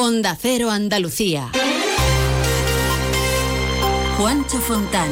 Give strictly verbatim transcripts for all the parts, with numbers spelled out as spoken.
Onda Cero Andalucía. Juancho Fontán.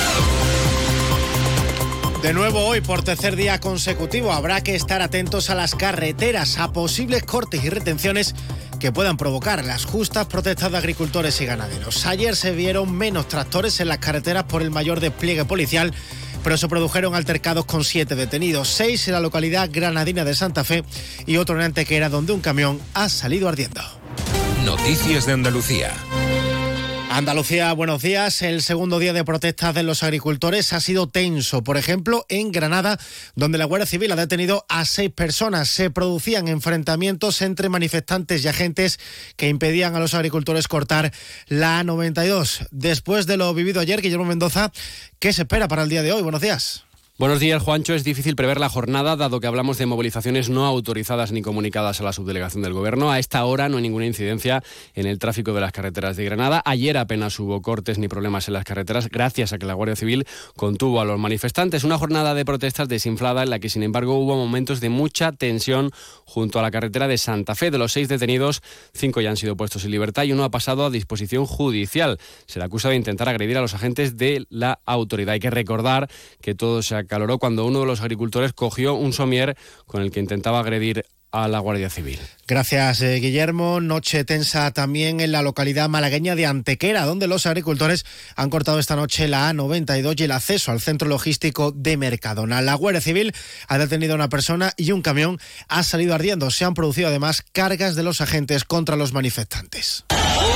De nuevo hoy, por tercer día consecutivo, habrá que estar atentos a las carreteras, a posibles cortes y retenciones que puedan provocar las justas protestas de agricultores y ganaderos. Ayer se vieron menos tractores en las carreteras por el mayor despliegue policial, pero se produjeron altercados con siete detenidos, seis en la localidad granadina de Santa Fe y otro en Antequera, donde un camión ha salido ardiendo. Noticias de Andalucía. Andalucía, buenos días. El segundo día de protestas de los agricultores ha sido tenso. Por ejemplo, en Granada, donde la Guardia Civil ha detenido a seis personas. Se producían enfrentamientos entre manifestantes y agentes que impedían a los agricultores cortar la A noventa y dos. Después de lo vivido ayer, Guillermo Mendoza, ¿qué se espera para el día de hoy? Buenos días. Buenos días, Juancho. Es difícil prever la jornada, dado que hablamos de movilizaciones no autorizadas ni comunicadas a la subdelegación del Gobierno. A esta hora no hay ninguna incidencia en el tráfico de las carreteras de Granada. Ayer apenas hubo cortes ni problemas en las carreteras, gracias a que la Guardia Civil contuvo a los manifestantes. Una jornada de protestas desinflada en la que, sin embargo, hubo momentos de mucha tensión junto a la carretera de Santa Fe. De los seis detenidos, cinco ya han sido puestos en libertad y uno ha pasado a disposición judicial. Se le acusa de intentar agredir a los agentes de la autoridad. Hay que recordar que todo se ha acaloró cuando uno de los agricultores cogió un somier con el que intentaba agredir a la Guardia Civil. Gracias, eh, Guillermo. Noche tensa también en la localidad malagueña de Antequera, donde los agricultores han cortado esta noche la A noventa y dos y el acceso al centro logístico de Mercadona. La Guardia Civil ha detenido a una persona y un camión ha salido ardiendo. Se han producido además cargas de los agentes contra los manifestantes.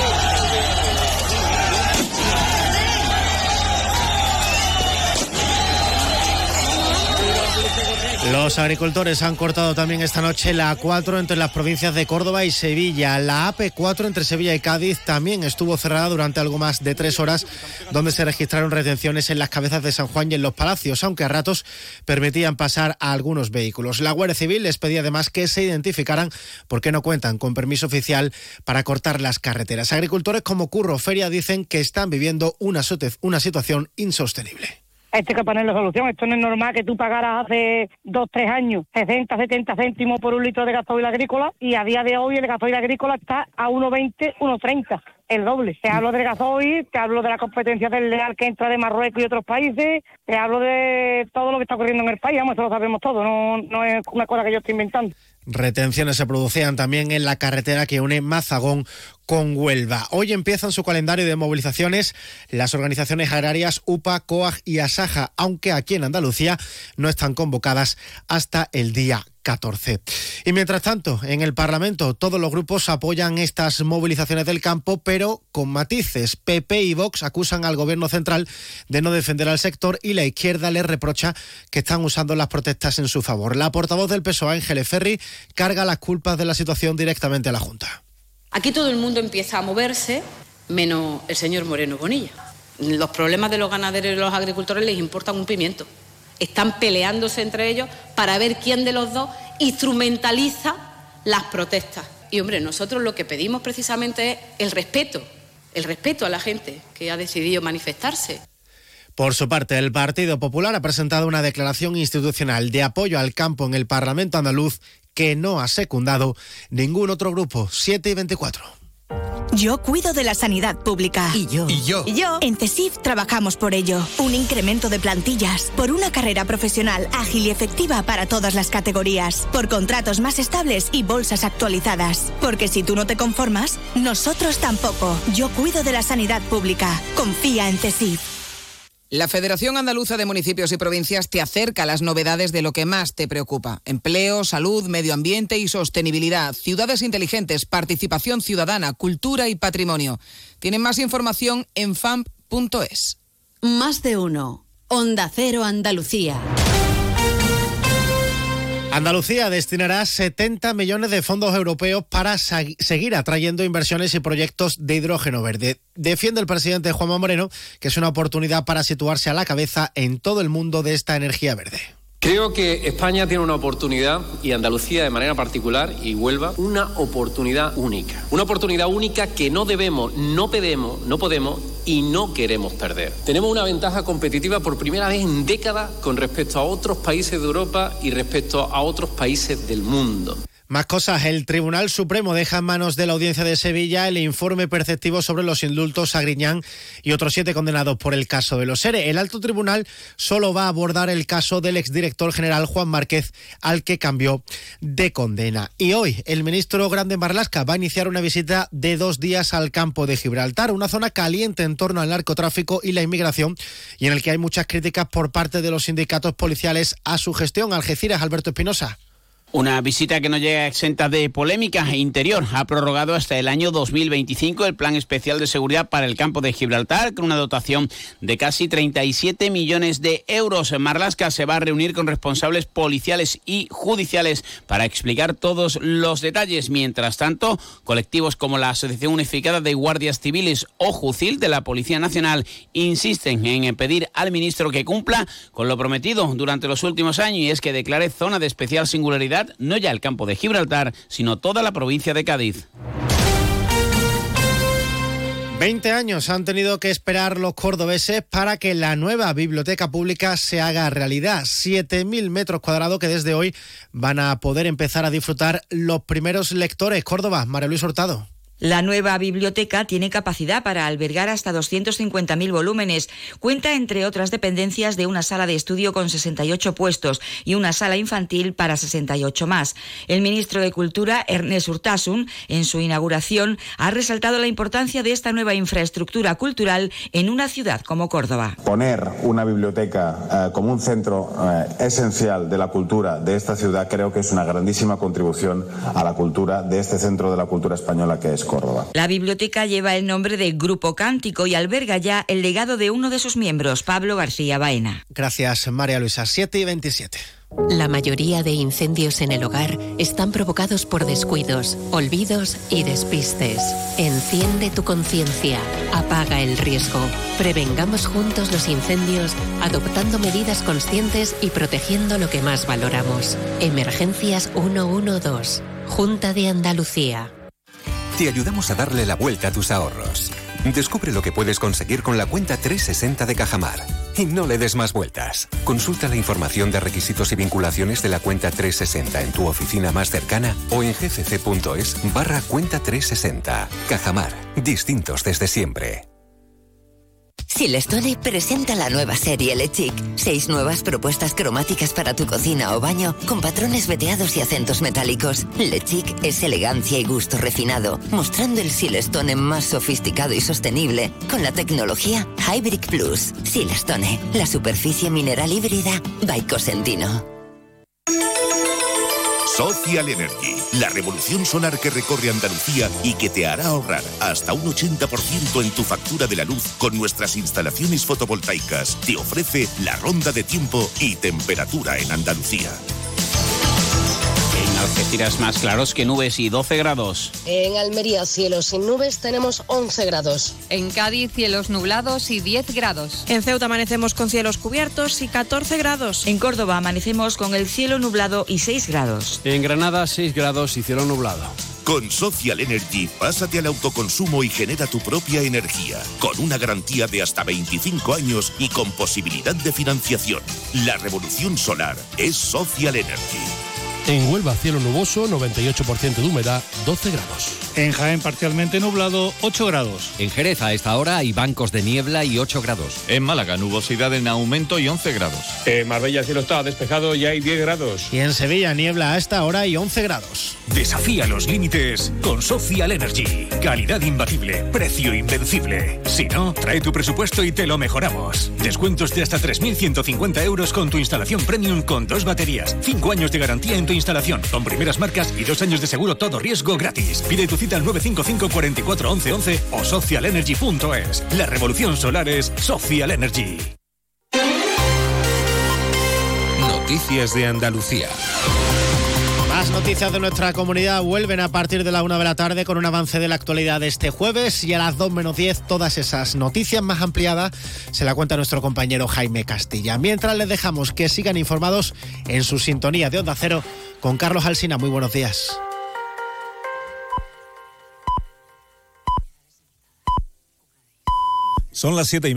Los agricultores han cortado también esta noche la A cuatro entre las provincias de Córdoba y Sevilla. La A P cuatro entre Sevilla y Cádiz también estuvo cerrada durante algo más de tres horas, donde se registraron retenciones en las Cabezas de San Juan y en Los Palacios, aunque a ratos permitían pasar a algunos vehículos. La Guardia Civil les pedía además que se identificaran porque no cuentan con permiso oficial para cortar las carreteras. Agricultores como Curro Feria dicen que están viviendo una, una situación insostenible. Esto hay que ponerle solución. Esto no es normal que tú pagaras hace dos, tres años sesenta, setenta céntimos por un litro de gasoil agrícola y a día de hoy el gasoil agrícola está a uno veinte, uno treinta, el doble. Te hablo del gasoil, te hablo de la competencia desleal que entra de Marruecos y otros países, te hablo de todo lo que está ocurriendo en el país. Vamos, eso lo sabemos todo, no, no es una cosa que yo estoy inventando. Retenciones se producían también en la carretera que une Mazagón con Huelva. Hoy empiezan su calendario de movilizaciones las organizaciones agrarias U P A, COAG y ASAJA, aunque aquí en Andalucía no están convocadas hasta el día catorce. Y mientras tanto, en el Parlamento todos los grupos apoyan estas movilizaciones del campo, pero con matices. P P y Vox acusan al Gobierno central de no defender al sector y la izquierda les reprocha que están usando las protestas en su favor. La portavoz del P S O E, Ángeles Ferri, carga las culpas de la situación directamente a la Junta. Aquí todo el mundo empieza a moverse, menos el señor Moreno Bonilla. Los problemas de los ganaderos y los agricultores les importan un pimiento. Están peleándose entre ellos para ver quién de los dos instrumentaliza las protestas. Y, hombre, nosotros lo que pedimos precisamente es el respeto, el respeto a la gente que ha decidido manifestarse. Por su parte, el Partido Popular ha presentado una declaración institucional de apoyo al campo en el Parlamento andaluz que no ha secundado ningún otro grupo. siete y veinticuatro. Yo cuido de la sanidad pública. Y yo. Y yo. Y yo. En CESIF trabajamos por ello. Un incremento de plantillas. Por una carrera profesional ágil y efectiva para todas las categorías. Por contratos más estables y bolsas actualizadas. Porque si tú no te conformas, nosotros tampoco. Yo cuido de la sanidad pública. Confía en CESIF. La Federación Andaluza de Municipios y Provincias te acerca a las novedades de lo que más te preocupa. Empleo, salud, medio ambiente y sostenibilidad, ciudades inteligentes, participación ciudadana, cultura y patrimonio. Tienen más información en F A M P punto es. Más de uno. Onda Cero Andalucía. Andalucía destinará setenta millones de fondos europeos para seguir atrayendo inversiones y proyectos de hidrógeno verde. Defiende el presidente Juanma Moreno que es una oportunidad para situarse a la cabeza en todo el mundo de esta energía verde. Creo que España tiene una oportunidad, y Andalucía de manera particular, y Huelva, una oportunidad única. Una oportunidad única que no debemos, no podemos, no podemos y no queremos perder. Tenemos una ventaja competitiva por primera vez en décadas con respecto a otros países de Europa y respecto a otros países del mundo. Más cosas. El Tribunal Supremo deja en manos de la Audiencia de Sevilla el informe perceptivo sobre los indultos a Griñán y otros siete condenados por el caso de los ERE. El alto tribunal solo va a abordar el caso del exdirector general Juan Márquez, al que cambió de condena. Y hoy el ministro Grande Marlaska va a iniciar una visita de dos días al campo de Gibraltar, una zona caliente en torno al narcotráfico y la inmigración, y en el que hay muchas críticas por parte de los sindicatos policiales a su gestión. Algeciras, Alberto Espinosa. Una visita que no llega exenta de polémica. Interior ha prorrogado hasta el año dos mil veinticinco el Plan Especial de Seguridad para el Campo de Gibraltar, con una dotación de casi treinta y siete millones de euros. Marlaska se va a reunir con responsables policiales y judiciales para explicar todos los detalles. Mientras tanto, colectivos como la Asociación Unificada de Guardias Civiles o JUCIL de la Policía Nacional insisten en pedir al ministro que cumpla con lo prometido durante los últimos años, y es que declare zona de especial singularidad no ya el campo de Gibraltar, sino toda la provincia de Cádiz. veinte años han tenido que esperar los cordobeses para que la nueva biblioteca pública se haga realidad. siete mil metros cuadrados que desde hoy van a poder empezar a disfrutar los primeros lectores. Córdoba, María Luisa Hurtado. La nueva biblioteca tiene capacidad para albergar hasta doscientos cincuenta mil volúmenes. Cuenta, entre otras dependencias, de una sala de estudio con sesenta y ocho puestos y una sala infantil para sesenta y ocho más. El ministro de Cultura, Ernest Urtasun, en su inauguración, ha resaltado la importancia de esta nueva infraestructura cultural en una ciudad como Córdoba. Poner una biblioteca eh, como un centro eh, esencial de la cultura de esta ciudad creo que es una grandísima contribución a la cultura de este centro de la cultura española que es Córdoba. La biblioteca lleva el nombre de Grupo Cántico y alberga ya el legado de uno de sus miembros, Pablo García Baena. Gracias, María Luisa. siete y veintisiete. La mayoría de incendios en el hogar están provocados por descuidos, olvidos y despistes. Enciende tu conciencia, apaga el riesgo. Prevengamos juntos los incendios, adoptando medidas conscientes y protegiendo lo que más valoramos. Emergencias ciento doce. Junta de Andalucía. Te ayudamos a darle la vuelta a tus ahorros. Descubre lo que puedes conseguir con la cuenta trescientos sesenta de Cajamar. Y no le des más vueltas. Consulta la información de requisitos y vinculaciones de la cuenta trescientos sesenta en tu oficina más cercana o en gcc.es barra cuenta trescientos sesenta. Cajamar. Distintos desde siempre. Silestone presenta la nueva serie Le Chic. Seis nuevas propuestas cromáticas para tu cocina o baño con patrones veteados y acentos metálicos. Le Chic es elegancia y gusto refinado, mostrando el Silestone más sofisticado y sostenible con la tecnología Hybrid Plus. Silestone, la superficie mineral híbrida by Cosentino. Social Energy, la revolución solar que recorre Andalucía y que te hará ahorrar hasta un ochenta por ciento en tu factura de la luz con nuestras instalaciones fotovoltaicas. Te ofrece la ronda de tiempo y temperatura en Andalucía. En Algeciras más claros que nubes y doce grados. En Almería, cielos sin nubes, tenemos once grados. En Cádiz, cielos nublados y diez grados. En Ceuta amanecemos con cielos cubiertos y catorce grados. En Córdoba amanecemos con el cielo nublado y seis grados. En Granada, seis grados y cielo nublado. Con Social Energy, pásate al autoconsumo y genera tu propia energía, con una garantía de hasta veinticinco años y con posibilidad de financiación. La revolución solar es Social Energy. En Huelva, cielo nuboso, noventa y ocho por ciento de humedad, doce grados. En Jaén, parcialmente nublado, ocho grados. En Jerez, a esta hora, hay bancos de niebla y ocho grados. En Málaga, nubosidad en aumento y once grados. En Marbella, cielo está despejado y hay diez grados. Y en Sevilla, niebla a esta hora y once grados. Desafía los límites con Social Energy. Calidad imbatible, precio invencible. Si no, trae tu presupuesto y te lo mejoramos. Descuentos de hasta tres mil ciento cincuenta euros con tu instalación premium con dos baterías. Cinco años de garantía en tu instalación, con primeras marcas y dos años de seguro todo riesgo gratis. Pide tu cita al nueve cinco cinco, cuatro cuatro, once once o social energy punto es. La revolución solar es Social Energy. Noticias de Andalucía. Más noticias de nuestra comunidad vuelven a partir de la una de la tarde con un avance de la actualidad de este jueves, y a las dos menos diez todas esas noticias más ampliadas se la cuenta nuestro compañero Jaime Castilla. Mientras les dejamos que sigan informados en su sintonía de Onda Cero con Carlos Alsina. Muy buenos días. Son las siete y